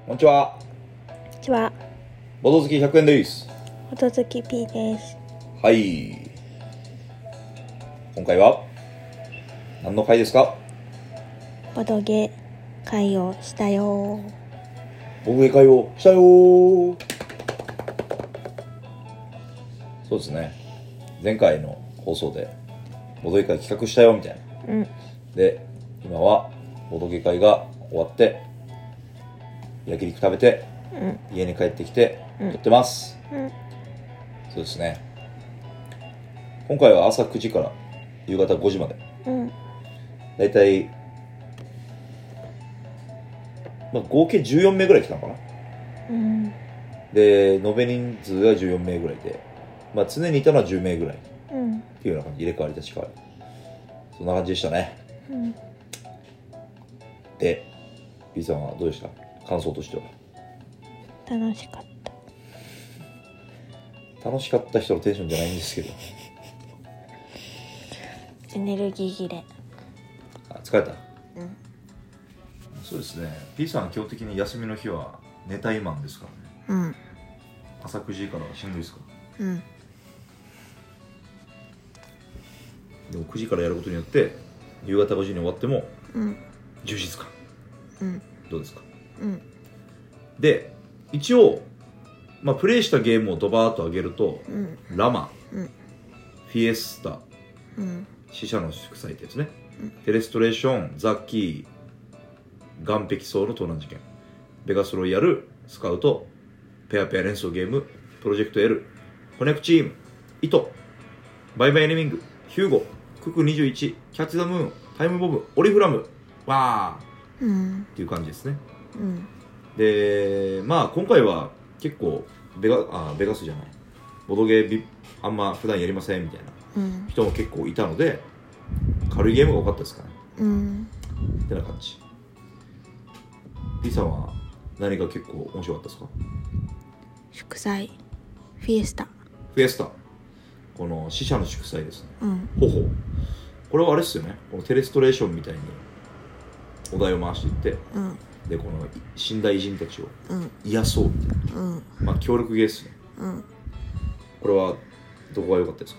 こんにちは。 こんにちは。 ボト好き100円です。 ほどずき P です。 はい。今回は何の回ですか？ ボドゲ会をしたよ。 ボドゲ会をしたよ。そうですね。前回の放送でボドゲ会企画したよみたいな。 うん。 で、今はボドゲ会が終わって焼肉食べて、家に帰ってきて撮ってます。そうですね。今回は朝9時から夕方5時まで。だいたい合計14名ぐらい来たのかな。で、延べ人数が14名ぐらいで、常にいたのは10名ぐらいっていうような感じ、入れ替わり立ち替わり、そんな感じでしたね。で、B さんはどうでした？感想としては。 楽しかった。 楽しかった人のテンションじゃないんですけど。 エネルギー切れ。 疲れた。そうですね。P さんは基本的に休みの日は寝たいマンですからね。朝9時からはしんどいですか？でも9時からやることによって夕方5時に終わっても充実感、どうですか？で、一応プレイしたゲームをドバーッと上げると、ラマ、フィエスタ、死者の祝祭ってやつね、テレストレーション、ザッキー、岩壁層の盗難事件、ベガスロイヤル、スカウト、ペアペア連想ゲーム、プロジェクト L、コネクチーム、イト、バイバイエネミング、ヒューゴ、クク21、キャッチザムーン、タイムボム、オリフラム、わー、っていう感じですね。で、今回は結構ベガスじゃない、ボドゲーあんま普段やりませんみたいな人も結構いたので、軽いゲームが多かったですかね。ってな感じ。P さんは何が結構面白かったですか？ 祝祭、フィエスタ。 この死者の祝祭ですね。これはあれですよね。このテレストレーションみたいにお題を回していって、でこの死んだ偉人たちを癒そうみたいな、協力ゲーですね。これはどこが良かったですか？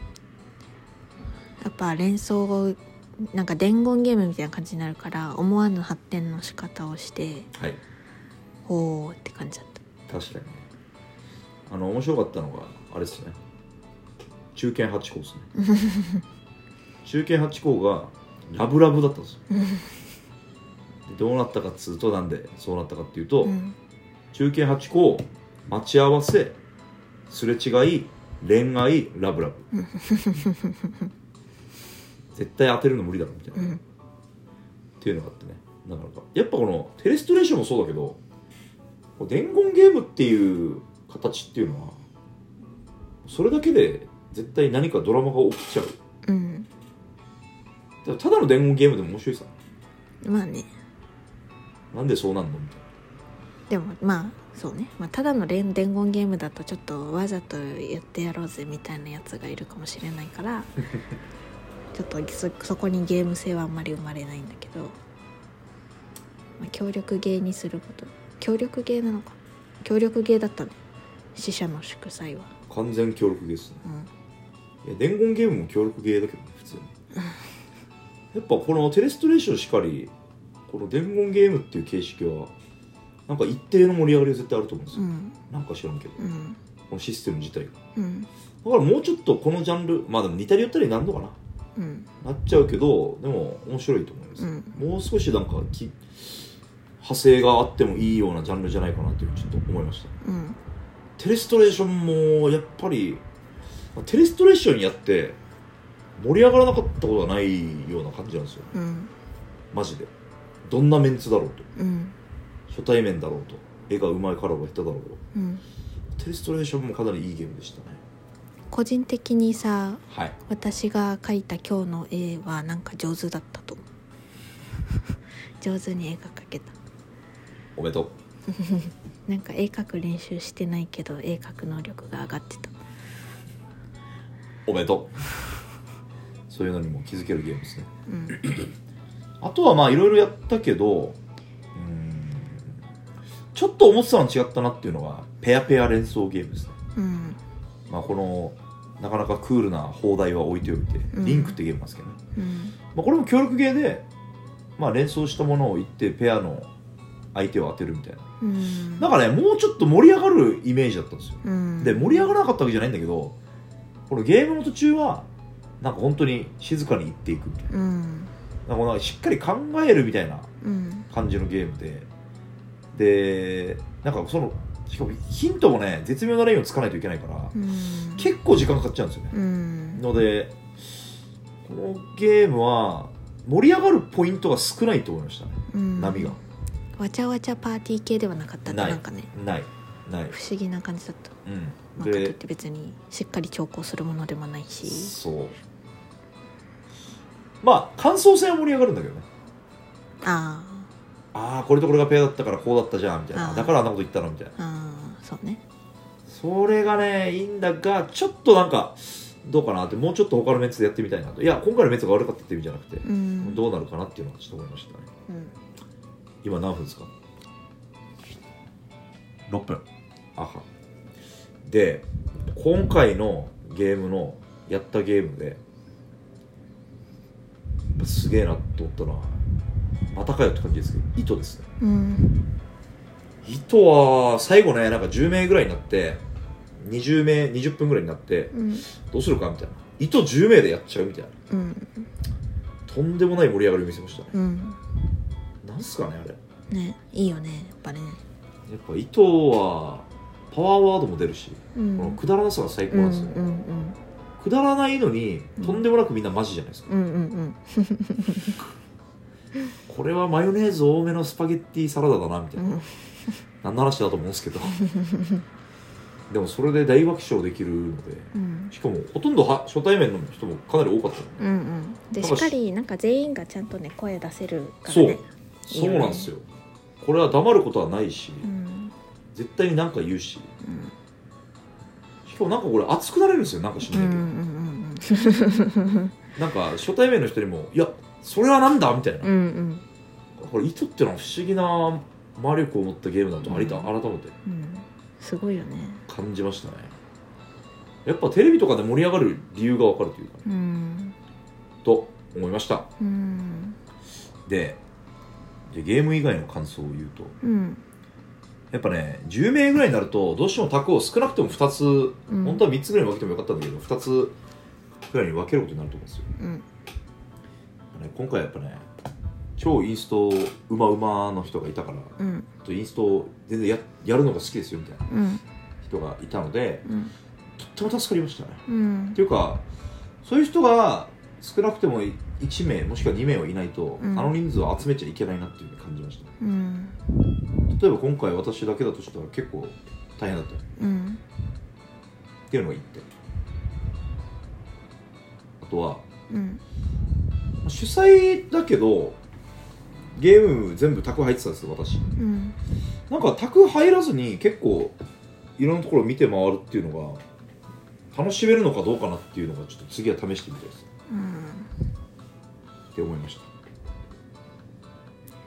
やっぱ連想をなんか伝言ゲームみたいな感じになるから、思わぬ発展の仕方をして、おーって感じだった。 確かに面白かったのがあれですね、中堅8校ですね。中堅8校がラブラブだったんですよ。どうなったかっつうと、なんでそうなったかっていうと、中堅8校待ち合わせ、すれ違い、恋愛、ラブラブ。絶対当てるの無理だろみたいな、っていうのがあってね。なかなかやっぱこのテレストレーションもそうだけど、伝言ゲームっていう形っていうのはそれだけで絶対何かドラマが起きちゃう。ただの伝言ゲームでも面白いさ。なんでそうなんのみたいな。 でもそうね、ただの伝言ゲームだとちょっとわざとやってやろうぜみたいなやつがいるかもしれないからちょっとそこにゲーム性はあんまり生まれないんだけど、協力ゲーにすること。協力ゲーなのか、協力ゲーだったね、死者の祝祭は。 完全協力ゲーですね。いや伝言ゲームも協力ゲーだけどね、普通に。やっぱこのテレストレーションしかり、この伝言ゲームっていう形式はなんか一定の盛り上がりが絶対あると思うんですよ。なんか知らんけど、このシステム自体が、だからもうちょっとこのジャンル、でも似たり寄ったりなんのかな、なっちゃうけど、でも面白いと思います。もう少しなんか派生があってもいいようなジャンルじゃないかなというちょっと思いました。テレストレーションもやっぱりテレストレーションやって盛り上がらなかったことがないような感じなんですよ、マジで。どんなメンツだろうと、初対面だろうと、絵が上手いからが下手だろうと、テレストレーションもかなりいいゲームでしたね。 個人的にさ、私が描いた今日の絵はなんか上手だったと思う。上手に絵が描けた。 おめでとう。なんか絵描く練習してないけど絵描く能力が上がってた。 おめでとう。そういうのにも気づけるゲームですね。あとはいろいろやったけど、 ちょっと思ってたの違ったなっていうのがペアペア連想ゲームですね。まあこのなかなかクールな放題は置いておいて、リンクってゲームなんですけどね、まあ、これも協力ゲーで、まあ、連想したものを言ってペアの相手を当てるみたいな、なんかねもうちょっと盛り上がるイメージだったんですよ、で盛り上がらなかったわけじゃないんだけど、このゲームの途中はなんか本当に静かにいっていくみたいな、なんかしっかり考えるみたいな感じのゲームで、なんかそのしかもヒントもね絶妙なラインをつかないといけないから、結構時間かかっちゃうんですよね、のでこのゲームは盛り上がるポイントが少ないと思いましたね、波がわちゃわちゃパーティー系ではなかったって、なんかねない不思議な感じだった、まあ、かといって別にしっかり調校するものでもないし、 そうまあ感想戦は盛り上がるんだけどね、これとこれがペアだったからこうだったじゃんみたいな、だからあんなこと言ったのみたいな、 そうね、 それがねいいんだが、ちょっとなんかどうかなって、もうちょっと他のメンツでやってみたいなと。いや今回のメンツが悪かったって意味じゃなくて、どうなるかなっていうのはちょっと思いましたね、今何分ですか？6分。で今回のゲームのやったゲームですげえなと思ったのはまたかよって感じですけど、糸ですね、糸は最後ねなんか10名ぐらいになって20名20分ぐらいになって、どうするかみたいな、糸10名でやっちゃうみたいな、とんでもない盛り上がりを見せましたね、なんすかねあれね、いいよねやっぱね。 やっぱ糸はパワーワードも出るし、このくだらなさが最高なんですよ、くだらないのにとんでもなくみんなマジじゃないですか、これはマヨネーズ多めのスパゲッティサラダだなみたいな、何の話だと思うんですけどでもそれで大爆笑できるので、しかもほとんど初対面の人もかなり多かったの、 でしっかりなんか全員がちゃんとね声出せるからね。 そうなんですよ。これは黙ることはないし、絶対に何か言うし、しかもなんかこれ熱くなれるんですよ、なんか知らないけど、なんか初対面の人にもいやそれはなんだみたいな、これ糸ってのは不思議な魔力を持ったゲームだと改めて、 すごいよね感じましたね。やっぱテレビとかで盛り上がる理由が分かるというか、と思いました、でゲーム以外の感想を言うと、やっぱね10名ぐらいになるとどうしても卓を少なくても2つ、本当は3つぐらいに分けてもよかったんだけど2つぐらいに分けることになると思うんですよ、今回やっぱね超インストうまの人がいたから、インスト全然 やるのが好きですよみたいな人がいたので、とっても助かりましたね、っていうかそういう人が少なくても1名もしくは2名はいないと、あの人数を集めちゃいけないなっていう感じました、例えば今回私だけだとしたら結構大変だったよ、っていうのが1点。あとは、主催だけどゲーム全部卓入ってたんですよ私、なんか卓入らずに結構いろんなところを見て回るっていうのが楽しめるのかどうかなっていうのがちょっと次は試してみたいです、って思いました。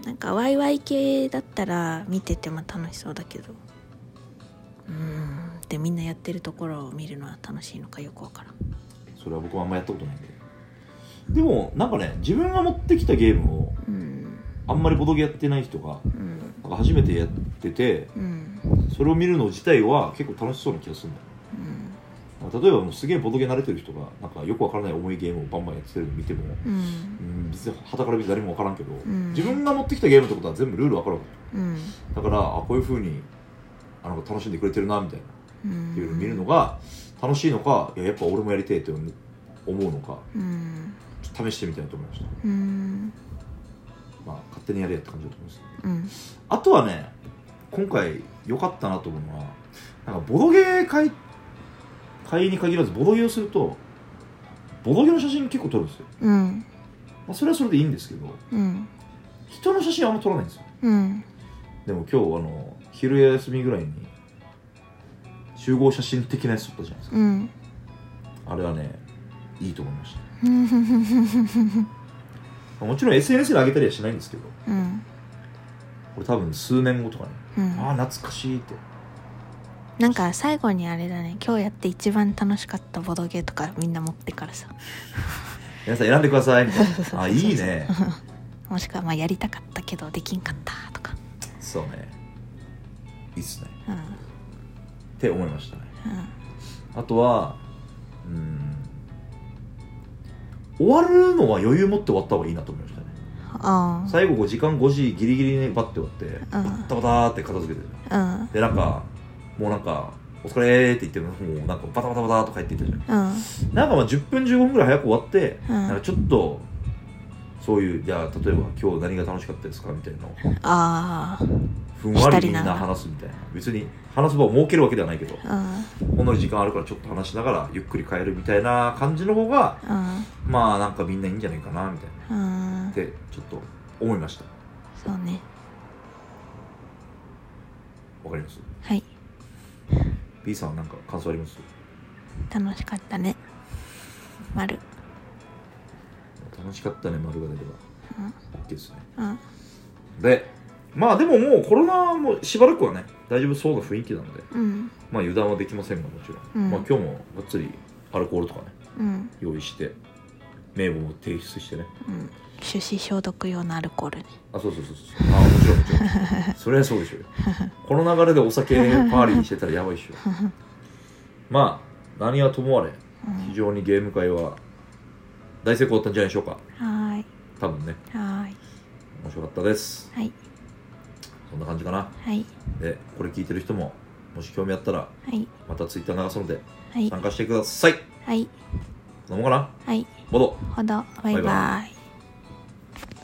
なんかワイワイ系だったら見てても楽しそうだけど、でみんなやってるところを見るのは楽しいのかよくわからん。 それは僕もあんまやったことないんで。でもなんかね自分が持ってきたゲームを、あんまりボドゲやってない人が、なんか初めてやってて、それを見るの自体は結構楽しそうな気がするんだよ、例えばもうすげえボドゲ慣れてる人がなんかよくわからない重いゲームをバンバンやってるのを見ても、別に傍から見て誰もわからんけど、自分が持ってきたゲームってことは全部ルールわかるわけ、だからこういう風に楽しんでくれてるなみたいな、っていうのを見るのが楽しいのか、やっぱ俺もやりてえって思うのか、ちょっと試してみたいと思いました、まあ勝手にやれやって感じだと思います、あとはね今回良かったなと思うのは、なんかボドゲ会に限らずボドゲをするとボドゲの写真結構撮るんですよ、それはそれでいいんですけど、人の写真はあんま撮らないんですよ、でも今日昼休みぐらいに集合写真的なやつ撮ったじゃないですか、あれはねいいと思いましたもちろん SNS で上げたりはしないんですけど、 俺多分数年後とかね、 うん、 ああ懐かしいって。 なんか最後にあれだね、今日やって一番楽しかったボドゲとかみんな持ってからさ皆さん選んでくださいみたいな。あ、いいねもしくはまあやりたかったけどできんかったとか。 そうね、いいっすね、 うん、 って思いましたね、 うん、 あとは終わるのは余裕持って終わった方がいいなと思いましたね。 あ最後時間5時ギリギリにバッて終わって、バタバターって片付けてる、 うん、 でなんかもうなんかお疲れーって言ってもうなんかバタバタバターと帰っていったじゃん、 うん、 なんかまあ10分15分ぐらい早く終わって、 うん、 なんかちょっとそういうじゃあ例えば今日何が楽しかったですかみたいなのをああふんわりみんな話すみたいな、別に話す場を設けるわけではないけど、ほんのり時間あるからちょっと話しながらゆっくり帰るみたいな感じの方が、まあなんかみんないいんじゃないかなみたいな、ってちょっと思いました。 そうね、 わかります？ はい。 B さんなんか感想あります？ 楽しかったね、丸。 楽しかったね、丸が出れば OK ですね、でまあでももうコロナもしばらくはね大丈夫そうな雰囲気なので、まあ油断はできませんがもちろん、まあ今日もがっつりアルコールとかね、用意して名簿も提出してね、 手指消毒用のアルコールね。 あ、そうそうそうそう、あ、もちろんもちろんそれはそうでしょうよこの流れでお酒パーリーにしてたらやばいっしょまあ何はともあれ非常にゲーム会は大成功だったんじゃないでしょうか。 はい、 多分ね。 はい、 面白かったです。 はい、 そんな感じかな。 はい。 でこれ聞いてる人ももし興味あったら、 はい、 またツイッター流すので、 はい、 参加してください。 はい、 飲もうかな。 はい、 ボドほど、バイバイ。